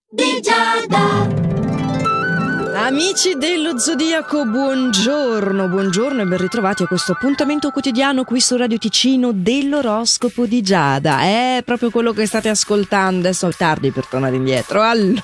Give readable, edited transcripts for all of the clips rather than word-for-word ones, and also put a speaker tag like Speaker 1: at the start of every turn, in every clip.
Speaker 1: di Giada.
Speaker 2: Amici dello Zodiaco, buongiorno e ben ritrovati a questo appuntamento quotidiano qui su Radio Ticino dell'oroscopo di Giada. È proprio quello che state ascoltando, adesso è tardi per tornare indietro. Allora,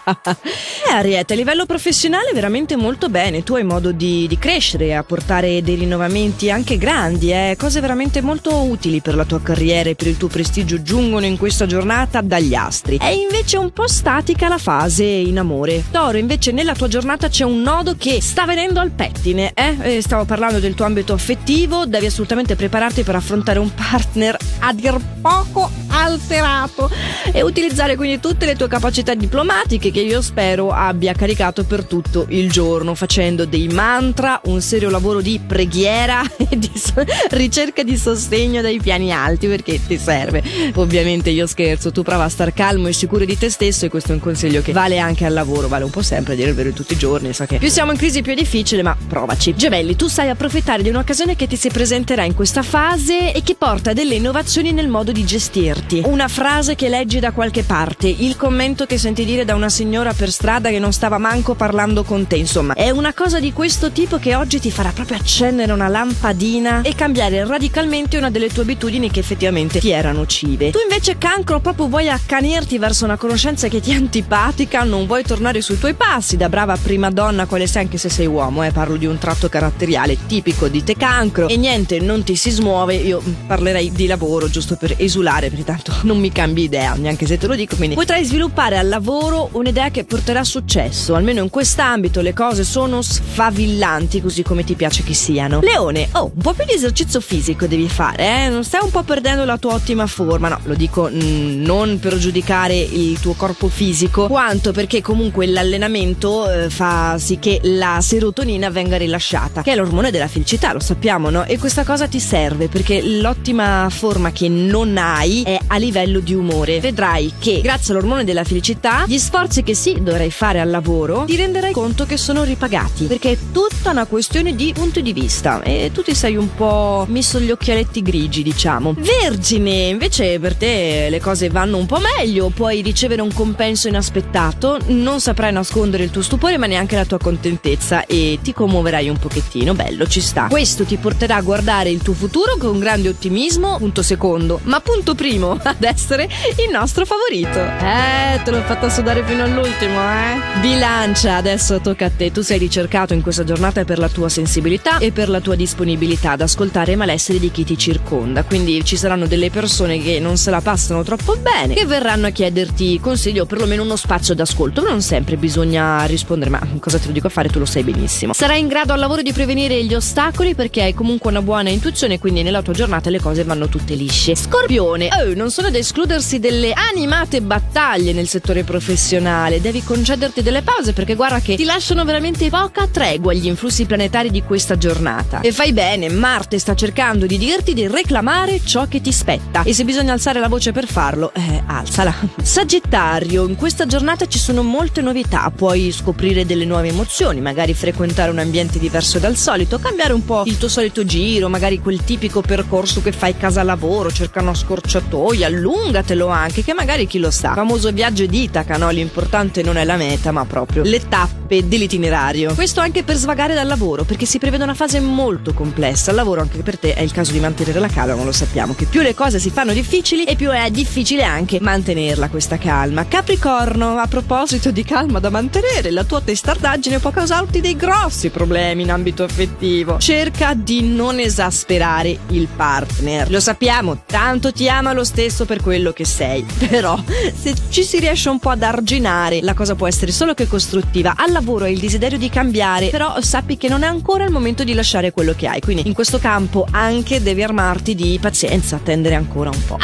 Speaker 2: Ariete, a livello professionale veramente molto bene, tu hai modo di crescere, a portare dei rinnovamenti anche grandi, cose veramente molto utili per la tua carriera e per il tuo prestigio giungono in questa giornata dagli astri. È invece un po' statica la fase in amore. Toro, invece nella tua giornata c'è un nodo che sta venendo al pettine, stavo parlando del tuo ambito affettivo, devi assolutamente prepararti per affrontare un partner a dir poco alterato e utilizzare quindi tutte le tue capacità diplomatiche che io spero abbia caricato per tutto il giorno, facendo dei mantra, un serio lavoro di preghiera e di ricerca di sostegno dai piani alti, perché ti serve. Ovviamente io scherzo, tu prova a star calmo e sicuro di te stesso, e questo è un consiglio che vale anche al lavoro, vale un po' sempre, a dire il vero, in tutti i giorni, so che più siamo in crisi più è difficile, ma provaci. Gemelli, tu sai approfittare di un'occasione che ti si presenterà in questa fase e che porta delle innovazioni nel modo di gestirti. Una frase che leggi da qualche parte, il commento che senti dire da una signora per strada che non stava manco parlando con te, insomma è una cosa di questo tipo che oggi ti farà proprio accendere una lampadina e cambiare radicalmente una delle tue abitudini che effettivamente ti erano nocive. Tu invece, Cancro, proprio vuoi accanirti verso una conoscenza che ti è antipatica, non vuoi tornare sui tuoi passi da brava prima donna quale sei, anche se sei uomo, parlo di un tratto caratteriale tipico di te, Cancro, e niente, non ti si smuove. Io parlerei di lavoro giusto per esulare, perché tanto non mi cambi idea neanche se te lo dico, quindi potrai sviluppare al lavoro un'idea che porterà successo, almeno in quest'ambito le cose sono sfavillanti così come ti piace che siano. Leone, un po' più di esercizio fisico devi fare, non stai un po' perdendo la tua ottima forma, no, lo dico non per giudicare il tuo corpo fisico, quanto perché comunque l'allenamento fa sì che la serotonina venga rilasciata, che è l'ormone della felicità, lo sappiamo, no? E questa cosa ti serve perché l'ottima forma che non hai è a livello di umore. Vedrai che grazie all'ormone della felicità gli sforzi che sì dovrai fare al lavoro ti renderai conto che sono ripagati, perché è tutta una questione di punto di vista e tu ti sei un po' messo gli occhialetti grigi, diciamo. Vergine, invece per te le cose vanno un po' meglio, puoi ricevere un compenso inaspettato, non saprai nascondere il tuo stupore ma neanche la tua contentezza e ti commuoverai un pochettino. Bello, ci sta. Questo ti porterà a guardare il tuo futuro con grande ottimismo, punto secondo, ma punto primo ad essere il nostro favorito. Te l'ho fatta sudare fino all'ultimo, Bilancia, adesso tocca a te. Tu sei ricercato in questa giornata per la tua sensibilità e per la tua disponibilità ad ascoltare i malesseri di chi ti circonda, quindi ci saranno delle persone che non se la passano troppo bene, che verranno a chiederti consiglio o perlomeno uno spazio d'ascolto. Non sempre bisogna rispondere, ma cosa te lo dico a fare, tu lo sai benissimo. Sarai in grado al lavoro di prevenire gli ostacoli perché hai comunque una buona intuizione, quindi nella tua giornata le cose vanno tutte lisce. Scorpione, non sono da escludersi delle animate battaglie nel settore professionale, devi concederti delle pause perché guarda che ti lasciano veramente poca tregua gli influssi planetari di questa giornata. E fai bene, Marte sta cercando di dirti di reclamare ciò che ti spetta e se bisogna alzare la voce per farlo, alzala. Sagittario, in questa giornata ci sono molte novità, puoi scoprire delle nuove emozioni, magari frequentare un ambiente diverso dal solito, cambiare un po' il tuo solito giro, magari quel tipico percorso che fai casa lavoro, cerca una scorciatoia, allungatelo anche, che magari chi lo sa, famoso viaggio di Itaca, no? L'importante non è la meta ma proprio le tappe dell'itinerario. Questo anche per svagare dal lavoro, perché si prevede una fase molto complessa. Al lavoro anche per te è il caso di mantenere la calma, ma lo sappiamo che più le cose si fanno difficili e più è difficile anche mantenerla questa calma. Capricorno, a proposito di calma da mantenere, la tua testardaggine può causarti dei grossi problemi in ambito affettivo. Cerca di non esasperare il partner, lo sappiamo, tanto ti ama lo stesso per quello che sei, però se ci si riesce un po' ad arginare la cosa può essere solo che costruttiva. Al lavoro hai il desiderio di cambiare, però sappi che non è ancora il momento di lasciare quello che hai, quindi in questo campo anche devi armarti di pazienza, attendere ancora un po'.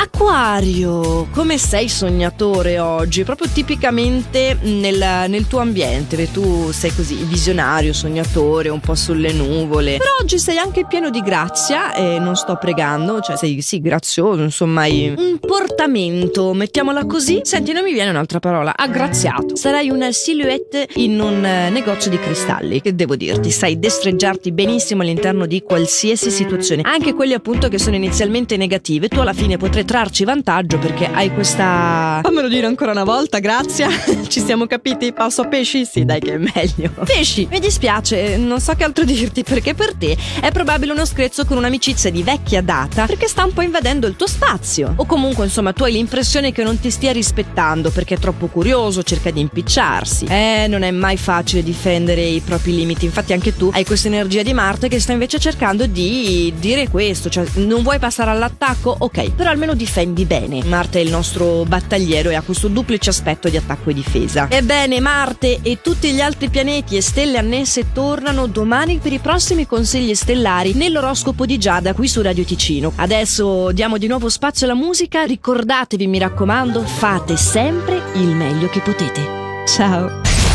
Speaker 2: Acquario, come sei sognatore oggi, proprio tipicamente nel tuo ambiente, tu sei così visionario, sognatore, un po' sulle nuvole, però oggi sei anche pieno di grazia e non sto pregando, cioè sei sì grazioso, insomma hai un portamento, mettiamola così. Senti, non mi viene un'altra parola, aggraziato. Sarai una silhouette in un negozio di cristalli, che devo dirti, sai destreggiarti benissimo all'interno di qualsiasi situazione, anche quelle appunto che sono inizialmente negative. Tu alla fine potrai trarci vantaggio perché hai questa, fammelo dire ancora una volta, grazia. Ci siamo capiti? Passo a pesci? Sì, dai che è meglio. Pesci, mi dispiace, non so che altro dirti, perché per te è probabile uno screzzo con un'amicizia di vecchia data perché sta un po' invadendo il tuo spazio, o comunque insomma tu hai l'impressione che non ti stia rispettando perché è troppo curioso, cerca di impicciarsi. Non è mai facile difendere i propri limiti, infatti anche tu hai questa energia di Marte che sta invece cercando di dire questo, cioè non vuoi passare all'attacco? Ok, però almeno difendi bene. Marte è il nostro battagliero e ha questo duplice aspetto di attacco e difesa. Ebbene, Marte e tutti gli altri pianeti e stelle annesse tornano domani per i prossimi consigli stellari nell'oroscopo di Giada qui su Radio Ticino. Adesso diamo di nuovo spazio alla musica, ricordatevi, mi raccomando, fate sempre il meglio che potete. Ciao!